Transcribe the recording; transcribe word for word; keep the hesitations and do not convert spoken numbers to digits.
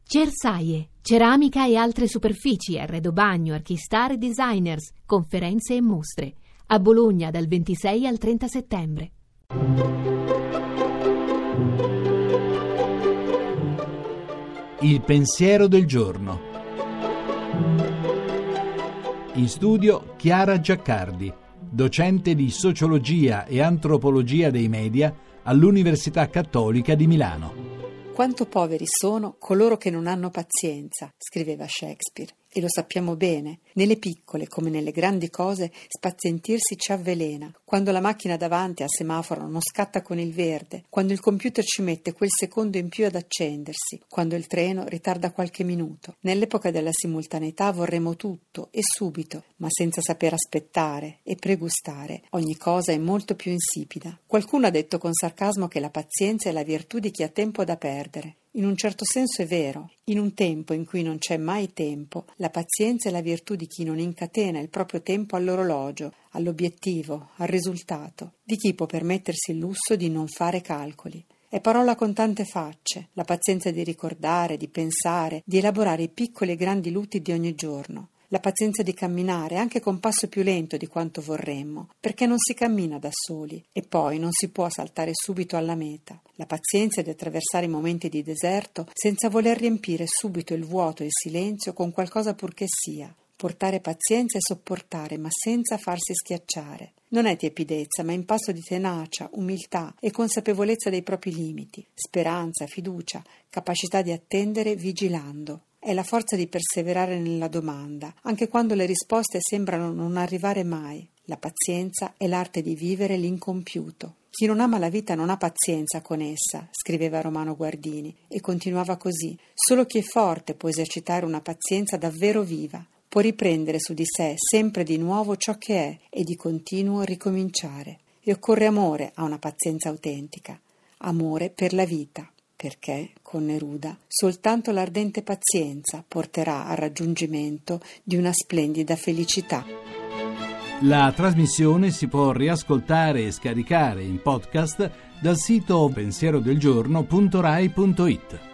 Cersaie, ceramica e altre superfici, arredo bagno, archistar e designers, conferenze e mostre. A Bologna dal ventisei al trenta settembre. Il pensiero del giorno. In studio Chiara Giaccardi, docente di sociologia e antropologia dei media all'Università Cattolica di Milano. Quanto poveri sono coloro che non hanno pazienza, scriveva Shakespeare, e lo sappiamo bene. Nelle piccole come nelle grandi cose spazientirsi ci avvelena. Quando la macchina davanti al semaforo non scatta con il verde, quando il computer ci mette quel secondo in più ad accendersi, quando il treno ritarda qualche minuto. Nell'epoca della simultaneità vorremmo tutto e subito, ma senza saper aspettare e pregustare. Ogni cosa è molto più insipida. Qualcuno ha detto con sarcasmo che la pazienza è la virtù di chi ha tempo da perdere. In un certo senso è vero. In un tempo in cui non c'è mai tempo, la pazienza è la virtù di chi non incatena il proprio tempo all'orologio, all'obiettivo, al risultato, di chi può permettersi il lusso di non fare calcoli. È parola con tante facce, la pazienza di ricordare, di pensare, di elaborare i piccoli e grandi lutti di ogni giorno. La pazienza di camminare anche con passo più lento di quanto vorremmo, perché non si cammina da soli e poi non si può saltare subito alla meta. La pazienza di attraversare i momenti di deserto senza voler riempire subito il vuoto e il silenzio con qualcosa purché sia. Portare pazienza e sopportare, ma senza farsi schiacciare. Non è tiepidezza, ma impasto di tenacia, umiltà e consapevolezza dei propri limiti, speranza, fiducia, capacità di attendere vigilando. È la forza di perseverare nella domanda, anche quando le risposte sembrano non arrivare mai. La pazienza è l'arte di vivere l'incompiuto. Chi non ama la vita non ha pazienza con essa, scriveva Romano Guardini, e continuava così. Solo chi è forte può esercitare una pazienza davvero viva, può riprendere su di sé sempre di nuovo ciò che è e di continuo ricominciare. E occorre amore a una pazienza autentica, amore per la vita. Perché, con Neruda, soltanto l'ardente pazienza porterà al raggiungimento di una splendida felicità. La trasmissione si può riascoltare e scaricare in podcast dal sito pensierodelgiorno punto rai punto it.